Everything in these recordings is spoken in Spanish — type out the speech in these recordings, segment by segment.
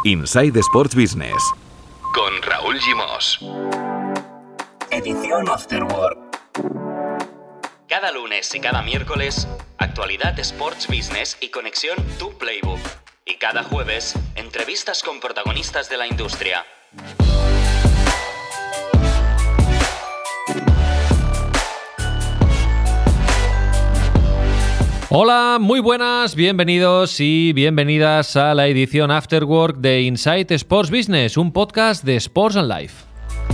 Inside Sports Business con Raúl Gimós. Edición Afterwork. Cada lunes y cada miércoles, actualidad Sports Business y conexión Tu Playbook. Y cada jueves, entrevistas con protagonistas de la industria. Hola, muy buenas, bienvenidos y bienvenidas a la edición Afterwork de Inside Sports Business, un podcast de Sports and Life.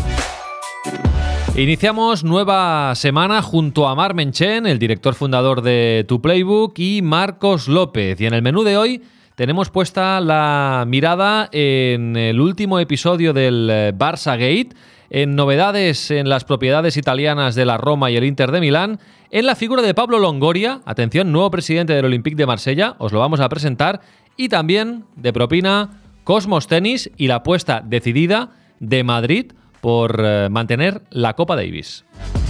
Iniciamos nueva semana junto a Marc Menchen, el director fundador de Tu Playbook, y Marcos López. Y en el menú de hoy tenemos puesta la mirada en el último episodio del Barça Gate, en novedades en las propiedades italianas de la Roma y el Inter de Milán, en la figura de Pablo Longoria, atención, nuevo presidente del Olympique de Marsella, os lo vamos a presentar, y también de propina Cosmos Tenis y la apuesta decidida de Madrid por mantener la Copa Davis.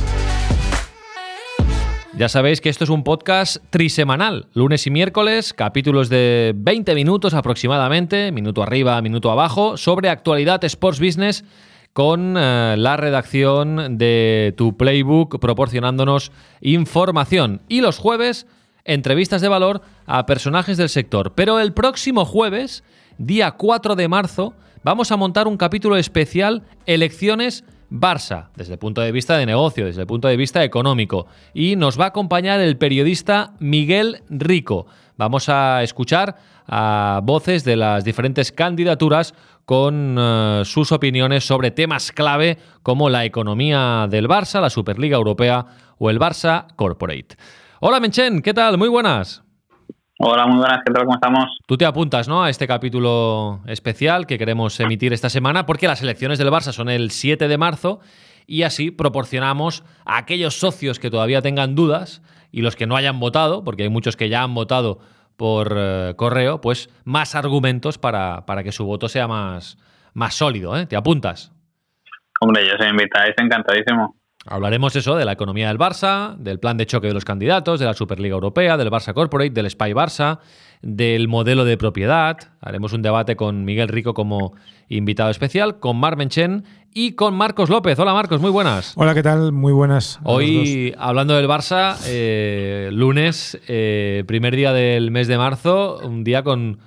Ya sabéis que esto es un podcast trisemanal, lunes y miércoles, capítulos de 20 minutos aproximadamente, minuto arriba, minuto abajo, sobre actualidad Sports Business, con la redacción de Tu Playbook proporcionándonos información. Y los jueves, entrevistas de valor a personajes del sector. Pero el próximo jueves, día 4 de marzo, vamos a montar un capítulo especial Elecciones Barça, desde el punto de vista de negocio, desde el punto de vista económico. Y nos va a acompañar el periodista Miguel Rico. Vamos a escuchar a voces de las diferentes candidaturas con sus opiniones sobre temas clave como la economía del Barça, la Superliga Europea o el Barça Corporate. Hola Menchen, ¿qué tal? Muy buenas. Hola, muy buenas, ¿qué tal? ¿Cómo estamos? Tú te apuntas, ¿no?, a este capítulo especial que queremos emitir esta semana porque las elecciones del Barça son el 7 de marzo y así proporcionamos a aquellos socios que todavía tengan dudas y los que no hayan votado, porque hay muchos que ya han votado por correo, pues más argumentos para que su voto sea más sólido, ¿eh? ¿Te apuntas? Hombre, yo soy invitáis, encantadísimo. Hablaremos eso de la economía del Barça, del plan de choque de los candidatos, de la Superliga Europea, del Barça Corporate, del Spy Barça, del modelo de propiedad. Haremos un debate con Miguel Rico como invitado especial, con Marc Menchen y con Marcos López. Hola Marcos, muy buenas. Hola, ¿qué tal? Muy buenas. Hoy, hablando del Barça, lunes, primer día del mes de marzo, un día con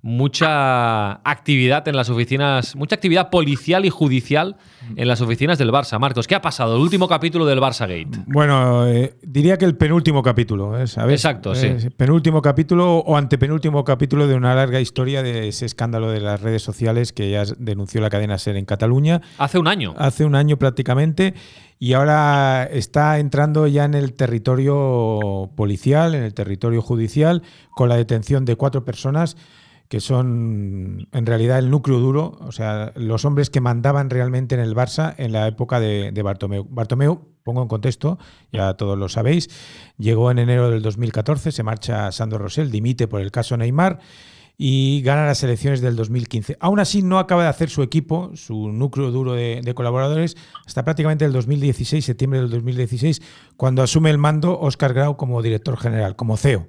mucha actividad en las oficinas, mucha actividad policial y judicial en las oficinas del Barça. Marcos, ¿qué ha pasado? El último capítulo del Barça Gate. Bueno, diría que el penúltimo capítulo, ¿sabes? Exacto, sí. Penúltimo capítulo o antepenúltimo capítulo de una larga historia de ese escándalo de las redes sociales que ya denunció la cadena SER en Cataluña. Hace un año. Hace un año prácticamente. Y ahora está entrando ya en el territorio policial, en el territorio judicial, con la detención de 4 personas que son en realidad el núcleo duro, o sea, los hombres que mandaban realmente en el Barça en la época de Bartomeu. Bartomeu, pongo en contexto, ya todos lo sabéis, llegó en enero del 2014, se marcha Sandro Rosell, dimite por el caso Neymar y gana las elecciones del 2015. Aún así no acaba de hacer su equipo, su núcleo duro de colaboradores, hasta prácticamente el 2016, septiembre del 2016, cuando asume el mando Óscar Grau como director general, como CEO.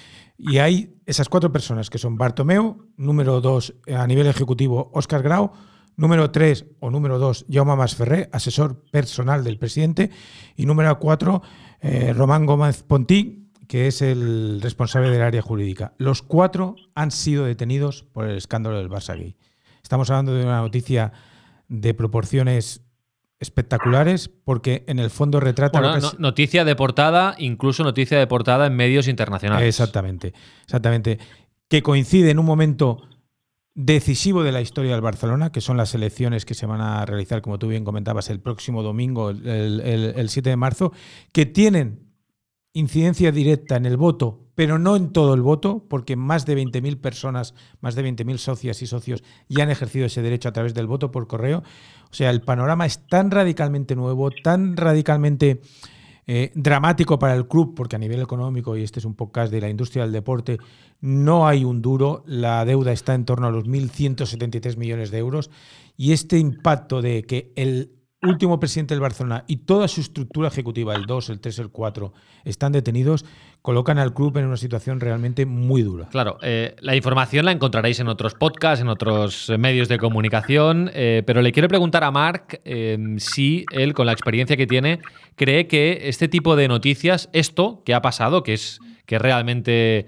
Y hay esas 4 personas que son Bartomeu, número 2 a nivel ejecutivo Óscar Grau, número 3 o número 2 Jaume Masferrer, asesor personal del presidente, y número 4 Román Gómez Pontí, que es el responsable del área jurídica. Los 4 han sido detenidos por el escándalo del Barça Gate. Estamos hablando de una noticia de proporciones espectaculares porque en el fondo retrata... Bueno, noticia de portada, incluso noticia de portada en medios internacionales. Exactamente. Que coincide en un momento decisivo de la historia del Barcelona, que son las elecciones que se van a realizar, como tú bien comentabas, el próximo domingo, el 7 de marzo, que tienen incidencia directa en el voto, pero no en todo el voto, porque más de 20.000 personas, más de 20.000 socias y socios ya han ejercido ese derecho a través del voto por correo. O sea, el panorama es tan radicalmente nuevo, tan radicalmente dramático para el club, porque a nivel económico, y este es un podcast de la industria del deporte, no hay un duro, la deuda está en torno a los 1.173 millones de euros, y este impacto de que el último presidente del Barcelona y toda su estructura ejecutiva, el 2, el 3, el 4, están detenidos, colocan al club en una situación realmente muy dura. Claro, la información la encontraréis en otros podcasts, en otros medios de comunicación, pero le quiero preguntar a Marc si él, con la experiencia que tiene, cree que este tipo de noticias, esto que ha pasado, que es realmente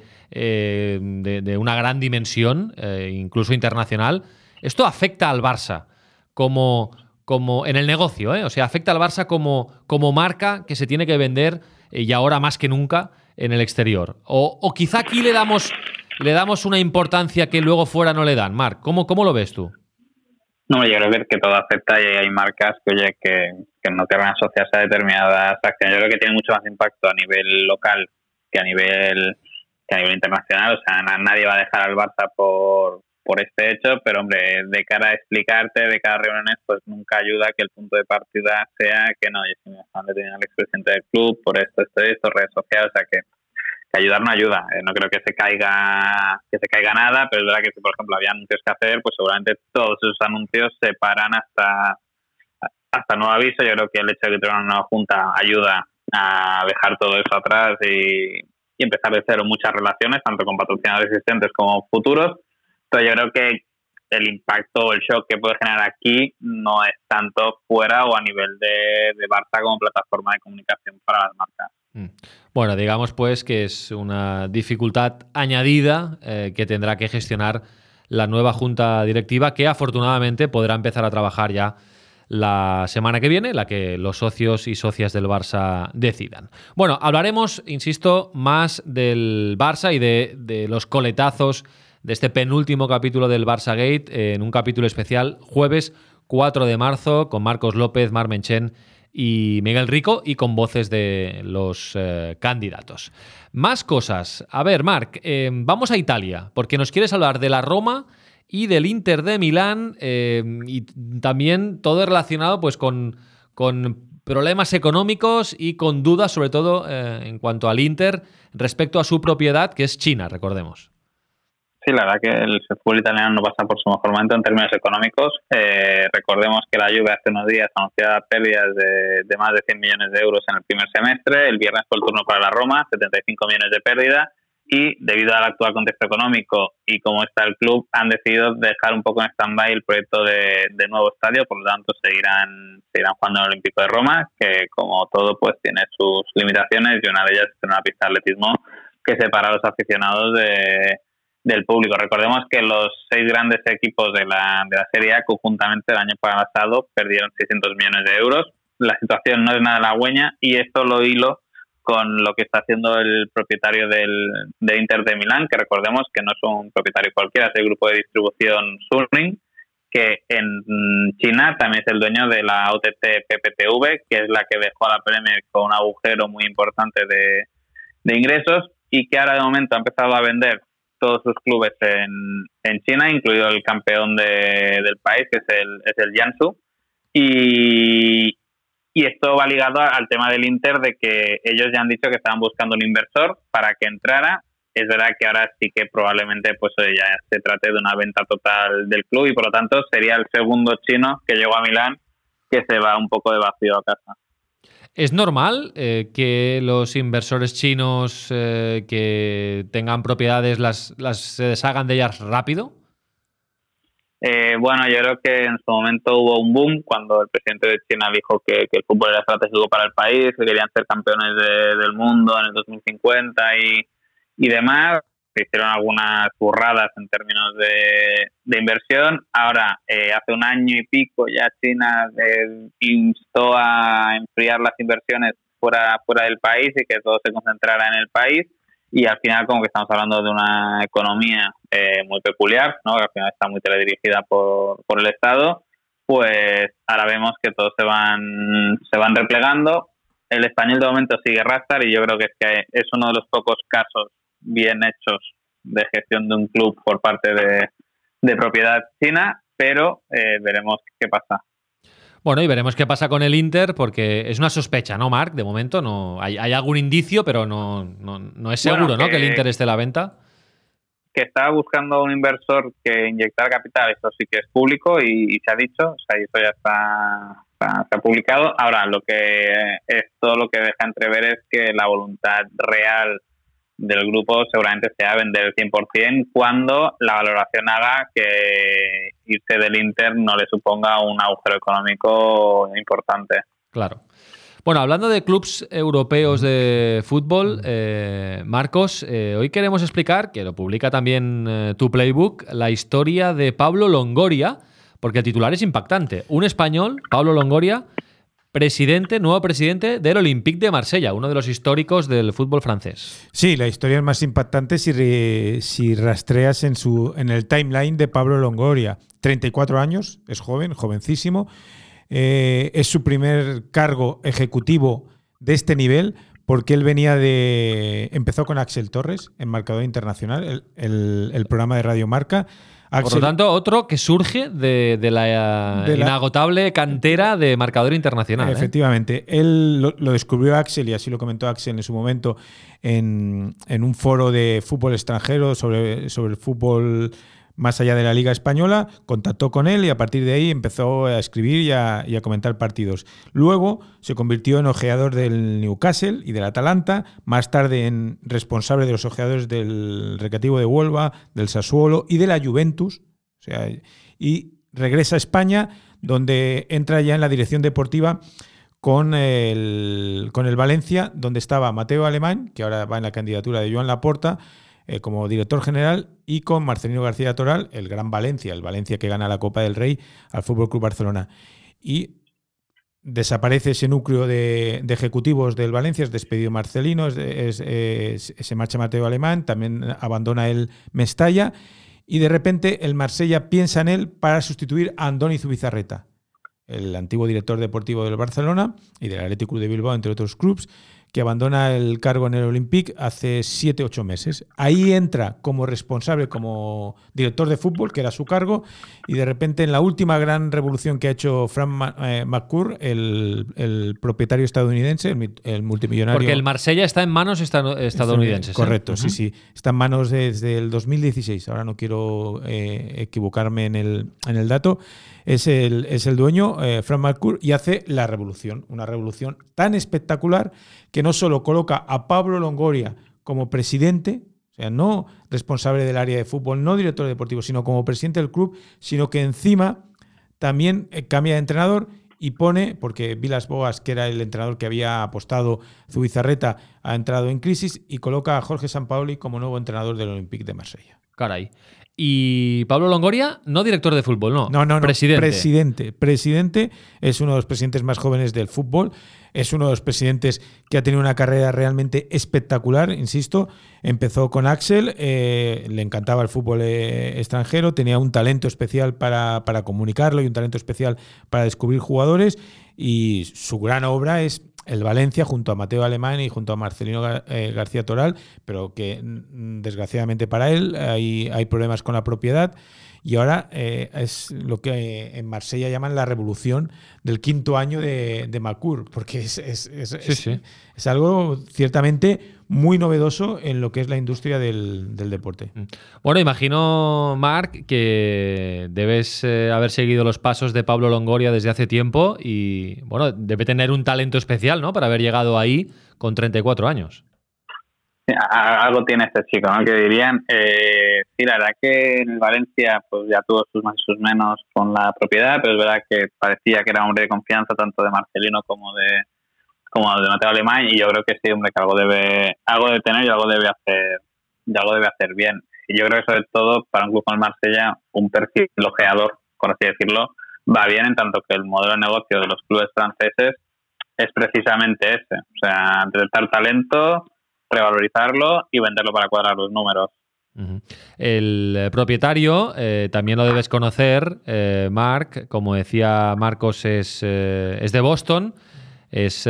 de una gran dimensión, incluso internacional, esto afecta al Barça como en el negocio, o sea, afecta al Barça como marca que se tiene que vender y ahora más que nunca en el exterior. O quizá aquí le damos una importancia que luego fuera no le dan. Marc, ¿cómo lo ves tú? No, yo creo que todo afecta y hay marcas que no querrán asociarse a determinadas acciones. Yo creo que tiene mucho más impacto a nivel local que a nivel internacional. O sea, nadie va a dejar al Barça por este hecho, pero hombre, de cara a explicarte, de cara a reuniones, pues nunca ayuda que el punto de partida sea que no, yo sí me están deteniendo al expresidente del club por esto, redes sociales, o sea que ayudar no ayuda. No creo que se caiga nada, pero es verdad que si por ejemplo había anuncios que hacer, pues seguramente todos esos anuncios se paran hasta nuevo aviso. Yo creo que el hecho de que tenga una nueva junta ayuda a dejar todo eso atrás y empezar de cero muchas relaciones, tanto con patrocinadores existentes como futuros. Pero yo creo que el impacto o el shock que puede generar aquí no es tanto fuera o a nivel de Barça como plataforma de comunicación para las marcas. Bueno, digamos pues que es una dificultad añadida que tendrá que gestionar la nueva junta directiva, que afortunadamente podrá empezar a trabajar ya la semana que viene, la que los socios y socias del Barça decidan. Bueno, hablaremos, insisto, más del Barça y de los coletazos de este penúltimo capítulo del Barça Gate en un capítulo especial jueves 4 de marzo con Marcos López, Marc Menchen y Miguel Rico y con voces de los candidatos. Más cosas. A ver, Marc, vamos a Italia porque nos quieres hablar de la Roma y del Inter de Milán y también todo relacionado pues con problemas económicos y con dudas sobre todo en cuanto al Inter respecto a su propiedad que es China, recordemos. Sí, la verdad que el fútbol italiano no pasa por su mejor momento en términos económicos. Recordemos que la Juve hace unos días anunciaba pérdidas de más de 100 millones de euros en el primer semestre. El viernes fue el turno para la Roma, 75 millones de pérdida. Y debido al actual contexto económico y cómo está el club, han decidido dejar un poco en stand-by el proyecto de nuevo estadio. Por lo tanto, seguirán jugando en el Olímpico de Roma, que como todo pues tiene sus limitaciones y una de ellas es una pista de atletismo que separa a los aficionados del público. Recordemos que los 6 grandes equipos de la Serie A conjuntamente el año pasado perdieron 600 millones de euros. La situación no es nada halagüeña y esto lo hilo con lo que está haciendo el propietario del Inter de Milán, que recordemos que no es un propietario cualquiera, es el grupo de distribución Suning, que en China también es el dueño de la OTC PPTV, que es la que dejó a la Premier con un agujero muy importante de ingresos y que ahora de momento ha empezado a vender todos sus clubes en China, incluido el campeón del país, que es el Jiangsu. Y esto va ligado al tema del Inter, de que ellos ya han dicho que estaban buscando un inversor para que entrara. Es verdad que ahora sí que probablemente pues ya se trate de una venta total del club y por lo tanto sería el segundo chino que llegó a Milán que se va un poco de vacío a casa. ¿Es normal que los inversores chinos que tengan propiedades se deshagan de ellas rápido? Bueno, yo creo que en su momento hubo un boom cuando el presidente de China dijo que el fútbol era estratégico para el país, que querían ser campeones del mundo en el 2050 y demás. Se hicieron algunas burradas en términos de inversión. Ahora, hace un año y pico ya China instó a enfriar las inversiones fuera del país y que todo se concentrara en el país. Y al final como que estamos hablando de una economía muy peculiar, ¿no? Que al final está muy teledirigida por el Estado. Pues ahora vemos que todos se van replegando. El español de momento sigue Rastar y yo creo que es uno de los pocos casos bien hechos de gestión de un club por parte de propiedad china, pero veremos qué pasa. Bueno, y veremos qué pasa con el Inter, porque es una sospecha, ¿no, Marc? De momento no hay algún indicio, pero no es seguro, ¿no? Que el Inter esté a la venta. que estaba buscando un inversor que inyectara capital, esto sí que es público y se ha dicho, o sea, eso ya se ha publicado. Ahora, lo que esto lo que deja entrever es que la voluntad real del grupo seguramente sea vender el 100% cuando la valoración haga que irse del Inter no le suponga un agujero económico importante. Claro. Bueno, hablando de clubs europeos de fútbol, Marcos, hoy queremos explicar, que lo publica también tu Playbook, la historia de Pablo Longoria, porque el titular es impactante. Un español, Pablo Longoria, nuevo presidente del Olympique de Marsella, uno de los históricos del fútbol francés. Sí, la historia es más impactante si rastreas en el timeline de Pablo Longoria. 34 años, es jovencísimo. Es su primer cargo ejecutivo de este nivel, porque él empezó con Axel Torres en Marcador Internacional, el programa de Radio Marca. Por lo tanto, otro que surge de la inagotable cantera de Marcador Internacional. Efectivamente. Él lo descubrió Axel, y así lo comentó Axel en su momento, en un foro de fútbol extranjero sobre el fútbol más allá de la Liga Española. Contactó con él y a partir de ahí empezó a escribir y a comentar partidos. Luego se convirtió en ojeador del Newcastle y del Atalanta, más tarde en responsable de los ojeadores del Recreativo de Huelva, del Sassuolo y de la Juventus. O sea, y regresa a España, donde entra ya en la dirección deportiva con el Valencia, donde estaba Mateo Alemán, que ahora va en la candidatura de Joan Laporta, como director general, y con Marcelino García Toral, el gran Valencia, el Valencia que gana la Copa del Rey al FC Barcelona. Y desaparece ese núcleo de ejecutivos del Valencia, es despedido Marcelino, se marcha Mateo Alemán, también abandona el Mestalla, y de repente el Marsella piensa en él para sustituir a Andoni Zubizarreta, el antiguo director deportivo del Barcelona y del Athletic Club de Bilbao, entre otros clubes, que abandona el cargo en el Olympique hace 7-8 meses. Ahí entra como responsable, como director de fútbol, que era su cargo, y de repente en la última gran revolución que ha hecho Frank McCourt, el propietario estadounidense, el multimillonario... Porque el Marsella está en manos estadounidenses. Correcto, sí. Está en manos desde el 2016. Ahora no quiero equivocarme en el dato. Es el dueño, Frank McCourt, y hace la revolución. Una revolución tan espectacular que no solo coloca a Pablo Longoria como presidente, o sea, no responsable del área de fútbol, no director deportivo, sino como presidente del club, sino que encima también cambia de entrenador y pone, porque Vilas Boas, que era el entrenador que había apostado Zubizarreta, ha entrado en crisis, y coloca a Jorge Sampaoli como nuevo entrenador del Olympique de Marsella. Caray. Y Pablo Longoria, no director de fútbol, no. Presidente. Presidente, es uno de los presidentes más jóvenes del fútbol, es uno de los presidentes que ha tenido una carrera realmente espectacular, insisto. Empezó con Axel, le encantaba el fútbol extranjero, tenía un talento especial para comunicarlo y un talento especial para descubrir jugadores, y su gran obra es el Valencia, junto a Mateo Alemán y junto a Marcelino García Toral, pero que desgraciadamente para él hay problemas con la propiedad, y ahora es lo que en Marsella llaman la revolución del quinto año de McCourt, porque es algo ciertamente muy novedoso en lo que es la industria del deporte. Bueno, imagino, Marc, que debes haber seguido los pasos de Pablo Longoria desde hace tiempo y, bueno, debe tener un talento especial, ¿no?, para haber llegado ahí con 34 años. Algo tiene este chico, ¿no?, que dirían. Sí, la verdad que en el Valencia pues ya tuvo sus más y sus menos con la propiedad, pero es verdad que parecía que era hombre de confianza tanto de Marcelino como de Mateo Alemán, y yo creo que sí, hombre, que algo debe tener y algo debe hacer bien. Y yo creo que sobre todo para un club como el Marsella, un perfil ojeador, por así decirlo, va bien, en tanto que el modelo de negocio de los clubes franceses es precisamente ese. O sea, detectar talento, revalorizarlo y venderlo para cuadrar los números. Uh-huh. El propietario, también lo debes conocer, Marc, como decía Marcos, es de Boston. Es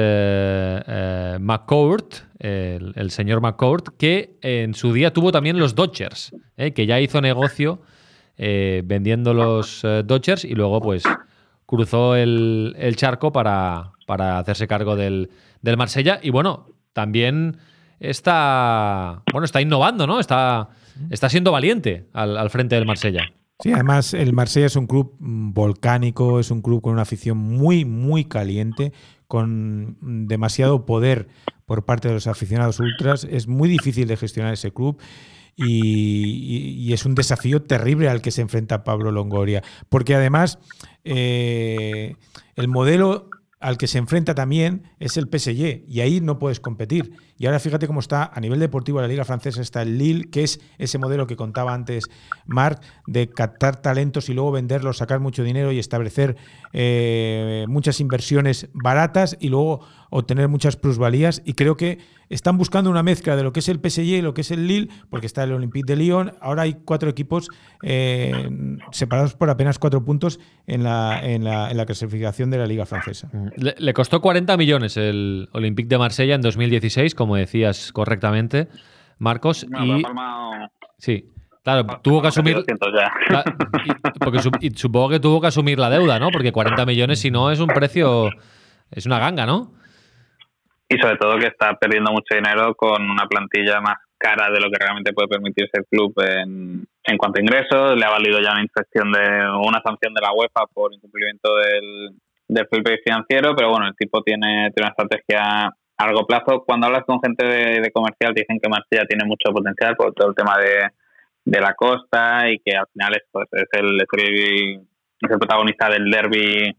McCourt, el señor McCourt, que en su día tuvo también los Dodgers, que ya hizo negocio vendiendo los Dodgers, y luego pues cruzó el charco para hacerse cargo del Marsella. Y bueno, también está innovando, ¿no? Está está siendo valiente al frente del Marsella. Sí, además el Marsella es un club volcánico, es un club con una afición muy, muy caliente, con demasiado poder por parte de los aficionados ultras. Es muy difícil de gestionar ese club y es un desafío terrible al que se enfrenta Pablo Longoria, porque además el modelo al que se enfrenta también es el PSG y ahí no puedes competir. Y ahora fíjate cómo está a nivel deportivo la Liga Francesa, está el Lille, que es ese modelo que contaba antes Marc, de captar talentos y luego venderlos, sacar mucho dinero y establecer muchas inversiones baratas y luego obtener muchas plusvalías. Y creo que están buscando una mezcla de lo que es el PSG y lo que es el Lille, porque está el Olympique de Lyon. Ahora hay 4 equipos separados por apenas 4 puntos en la clasificación de la Liga Francesa. Le costó 40 millones el Olympique de Marsella en 2016, como decías correctamente, Marcos. Sí, claro, tuvo que asumir. Y supongo que tuvo que asumir la deuda, ¿no? Porque 40 millones, si no, es un precio. Es una ganga, ¿no? Y sobre todo que está perdiendo mucho dinero con una plantilla más cara de lo que realmente puede permitirse el club en cuanto a ingresos. Le ha valido ya una sanción de la UEFA por incumplimiento del fair play financiero, pero bueno, el tipo tiene una estrategia a largo plazo. Cuando hablas con gente de comercial te dicen que Marsella tiene mucho potencial por todo el tema de la costa y que al final es el protagonista del derbi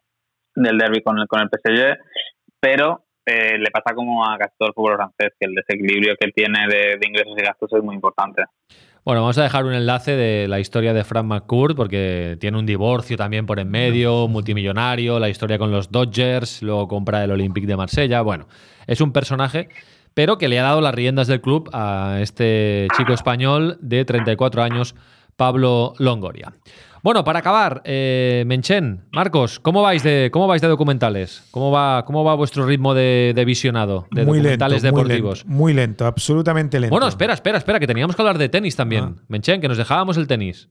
con el PSG, pero le pasa como a casi todo el fútbol francés, que el desequilibrio que tiene de ingresos y gastos es muy importante. Bueno, vamos a dejar un enlace de la historia de Frank McCourt, porque tiene un divorcio también por en medio, multimillonario, la historia con los Dodgers, luego compra el Olympique de Marsella. Bueno, es un personaje, pero que le ha dado las riendas del club a este chico español de 34 años, Pablo Longoria. Bueno, para acabar, Menchen, Marcos, ¿cómo vais de documentales? ¿Cómo va vuestro ritmo de visionado de muy documentales lento, deportivos? Muy lento, absolutamente lento. Bueno, espera, que teníamos que hablar de tenis también. Menchen, que nos dejábamos el tenis.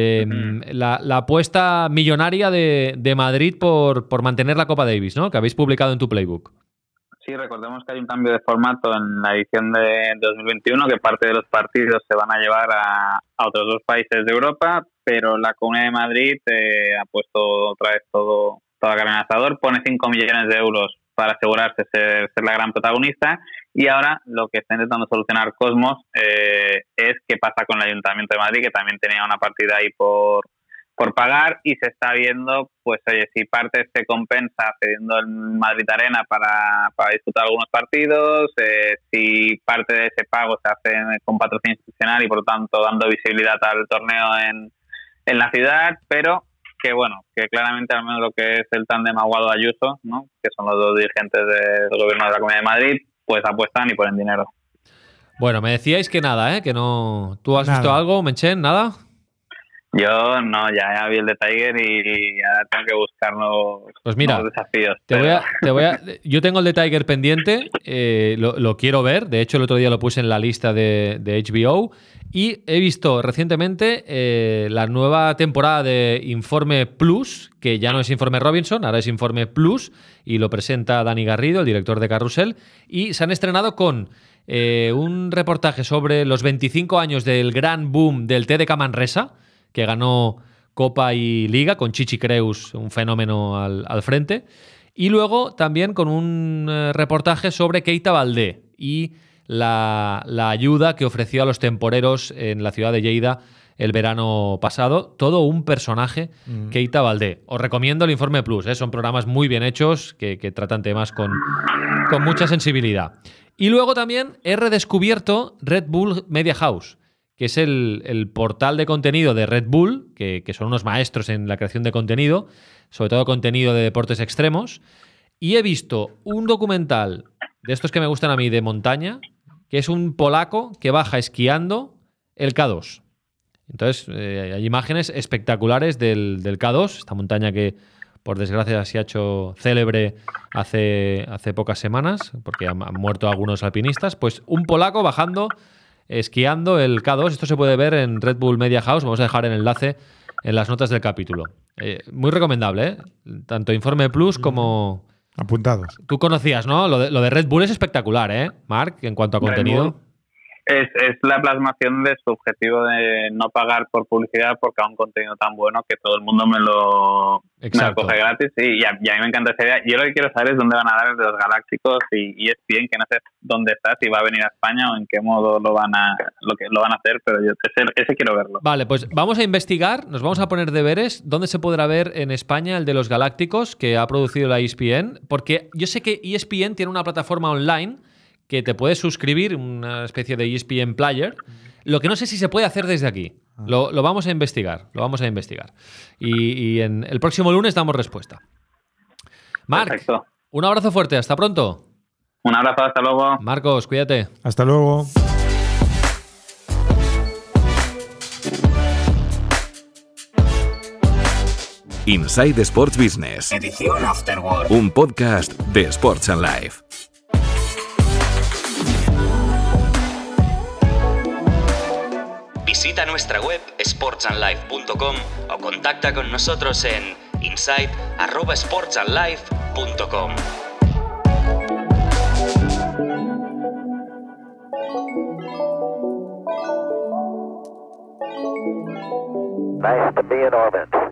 La apuesta millonaria de Madrid por mantener la Copa Davis, ¿no? Que habéis publicado en tu playbook. Sí, recordemos que hay un cambio de formato en la edición de 2021, que parte de los partidos se van a llevar a otros 2 países de Europa, pero la Comunidad de Madrid ha puesto otra vez toda carne en asador, pone 5 millones de euros para asegurarse ser la gran protagonista, y ahora lo que está intentando solucionar Cosmos es qué pasa con el Ayuntamiento de Madrid, que también tenía una partida ahí por pagar, y se está viendo, pues oye, si parte se compensa cediendo el Madrid Arena para disputar algunos partidos, si parte de ese pago se hace con patrocinio institucional y por lo tanto dando visibilidad al torneo en la ciudad, pero que bueno, que claramente al menos lo que es el tándem Aguado-Ayuso, ¿no?, que son los 2 dirigentes del gobierno de la Comunidad de Madrid, pues apuestan y ponen dinero. Bueno, me decíais que nada, que no. ¿Tú has visto algo, Menchen? ¿Nada? Yo no, ya vi el de Tiger y ahora tengo que buscar nuevos desafíos. Yo tengo el de Tiger pendiente, lo quiero ver. De hecho, el otro día lo puse en la lista de HBO y he visto recientemente la nueva temporada de Informe Plus, que ya no es Informe Robinson, ahora es Informe Plus, y lo presenta Dani Garrido, el director de Carrusel, y se han estrenado con un reportaje sobre los 25 años del gran boom del TDK Manresa, que ganó Copa y Liga, con Chichi Creus, un fenómeno al frente. Y luego también con un reportaje sobre Keita Baldé y la ayuda que ofreció a los temporeros en la ciudad de Lleida el verano pasado. Todo un personaje, Keita Baldé. Os recomiendo el Informe Plus, son programas muy bien hechos que tratan temas con mucha sensibilidad. Y luego también he redescubierto Red Bull Media House, que es el portal de contenido de Red Bull, que son unos maestros en la creación de contenido, sobre todo contenido de deportes extremos, y he visto un documental de estos que me gustan a mí, de montaña, que es un polaco que baja esquiando el K2. Entonces, hay imágenes espectaculares del K2, esta montaña que, por desgracia, se ha hecho célebre hace pocas semanas, porque han muerto algunos alpinistas. Pues un polaco bajando, esquiando el K2. Esto se puede ver en Red Bull Media House. Vamos a dejar el enlace en las notas del capítulo. Muy recomendable, tanto Informe Plus como... Apuntados. Tú conocías, ¿no? Lo de Red Bull es espectacular, Marc, en cuanto a contenido. Es la plasmación de su objetivo de no pagar por publicidad porque hago un contenido tan bueno que todo el mundo me lo coge gratis. Y a mí me encanta esa idea. Yo lo que quiero saber es dónde van a dar el de los Galácticos y ESPN, que no sé dónde está, si va a venir a España o en qué modo lo van a hacer, pero yo ese quiero verlo. Vale, pues vamos a investigar, nos vamos a poner deberes. ¿Dónde se podrá ver en España el de los Galácticos que ha producido la ESPN? Porque yo sé que ESPN tiene una plataforma online que te puedes suscribir, una especie de ESPN Player. Lo que no sé si se puede hacer desde aquí. Lo vamos a investigar. Y en el próximo lunes damos respuesta. Marc, perfecto. Un abrazo fuerte. Hasta pronto. Un abrazo, hasta luego. Marcos, cuídate. Hasta luego. Inside Sports Business. Edición Afterword. Un podcast de Sports and Life. Visita nuestra web sportsandlife.com o contacta con nosotros en inside@sportsandlife.com. Nice to be in orbit.